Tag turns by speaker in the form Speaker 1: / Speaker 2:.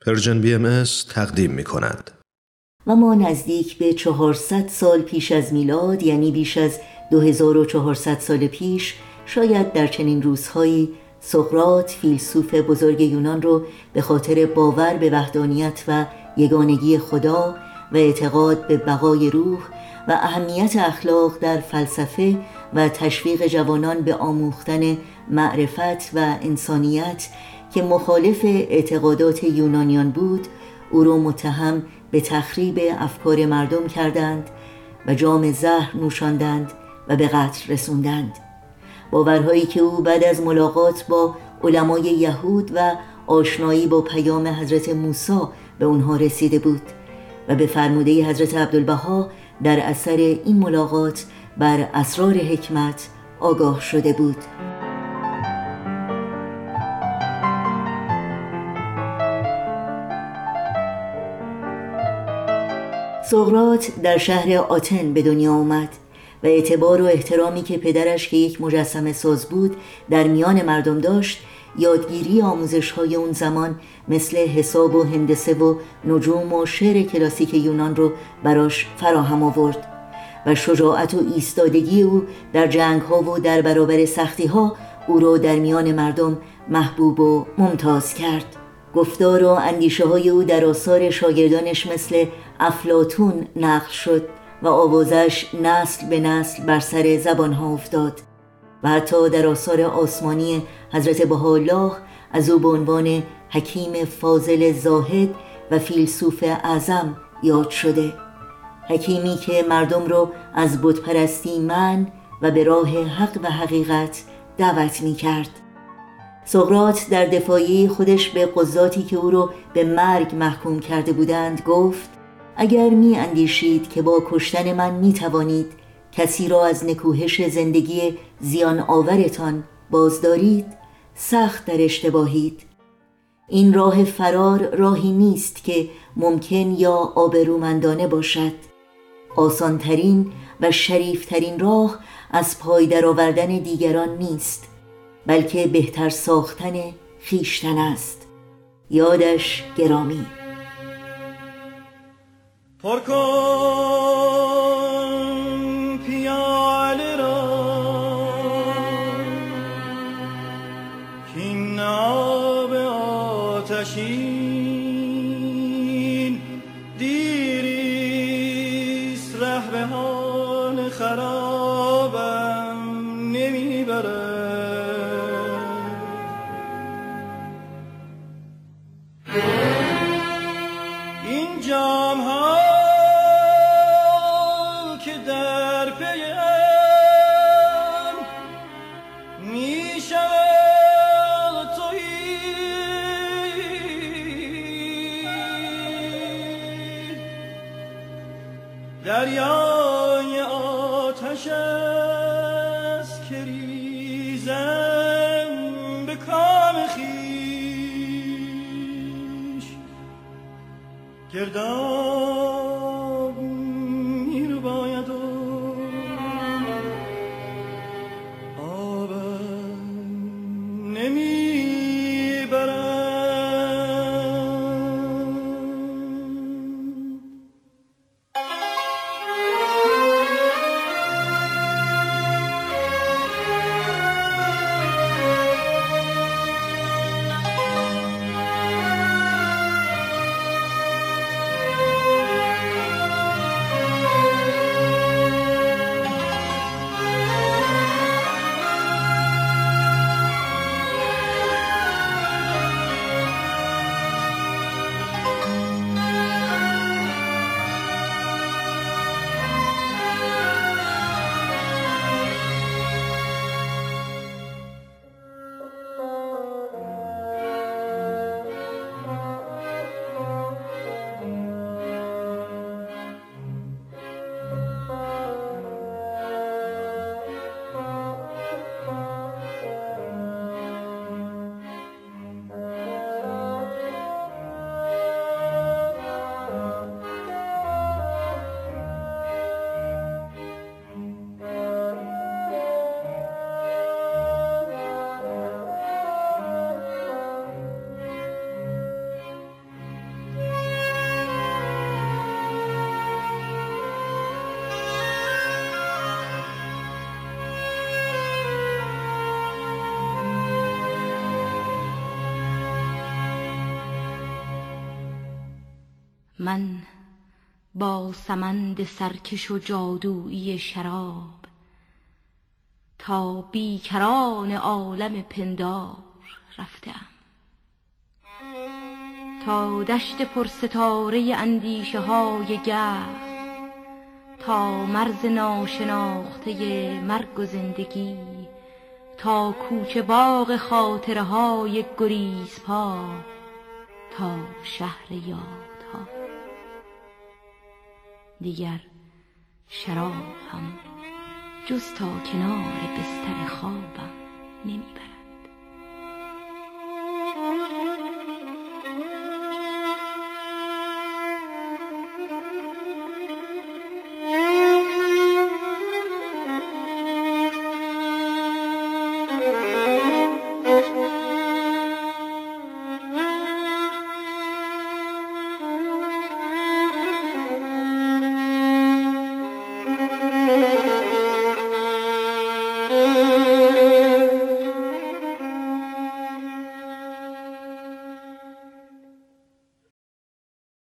Speaker 1: پرژن BMS تقدیم می کند.
Speaker 2: و ما نزدیک به 400 سال پیش از میلاد، یعنی بیش از 2400 سال پیش، شاید در چنین روزهایی سقراط فیلسوف بزرگ یونان رو به خاطر باور به وحدانیت و یگانگی خدا و اعتقاد به بقای روح و اهمیت اخلاق در فلسفه و تشویق جوانان به آموختن معرفت و انسانیت که مخالف اعتقادات یونانیان بود، او را متهم به تخریب افکار مردم کردند و جام زهر نوشاندند و به قتل رسوندند. باورهایی که او بعد از ملاقات با علمای یهود و آشنایی با پیام حضرت موسی به اونها رسیده بود و به فرموده حضرت عبدالبها در اثر این ملاقات بر اسرار حکمت آگاه شده بود. سقراط در شهر آتن به دنیا آمد و اعتبار و احترامی که پدرش که یک مجسمه ساز بود در میان مردم داشت، یادگیری آموزش‌های اون زمان مثل حساب و هندسه و نجوم و شعر کلاسیک یونان رو براش فراهم آورد و شجاعت و ایستادگی او در جنگ‌ها و در برابر سختی‌ها او را در میان مردم محبوب و ممتاز کرد. گفتار و اندیشه‌های او در آثار شاگردانش مثل افلاطون نقل شد و آوازش نسل به نسل بر سر زبانها افتاد و حتی در آثار آسمانی حضرت بهاءالله از او به عنوان حکیم فاضل زاهد و فیلسوف اعظم یاد شده، حکیمی که مردم رو از بتپرستی منع و به راه حق و حقیقت دعوت می کرد. سقراط در دفاعی خودش به قضاتی که او رو به مرگ محکوم کرده بودند گفت: اگر می اندیشید که با کشتن من می توانید کسی را از نکوهش زندگی زیان آورتان بازدارید، سخت در اشتباهید. این راه فرار راهی نیست که ممکن یا آبرومندانه باشد. آسانترین و شریفترین راه از پای درآوردن دیگران نیست، بلکه بهتر ساختن خویشتن است. یادش گرامی.
Speaker 3: پر کن پیاله را کاین آب آتشین دیریست ره به حال خرابم نمیبرد. این جام ها که در پیم می شود تویی، دریای آتش است که ریزم به کام خویش، گرداب میرو باید و آبم نمیبرم.
Speaker 4: من با سمند سرکش و جادویی شراب تا بیکران عالم پندار رفتم، تا دشت پرستاره اندیشه های گرم، تا مرز ناشناخته مرگ و زندگی، تا کوچه باغ خاطره های گریزپا، تا شهر یادها. دیگر شراب هم جز تا کنار بستر خوابم نمیبرد.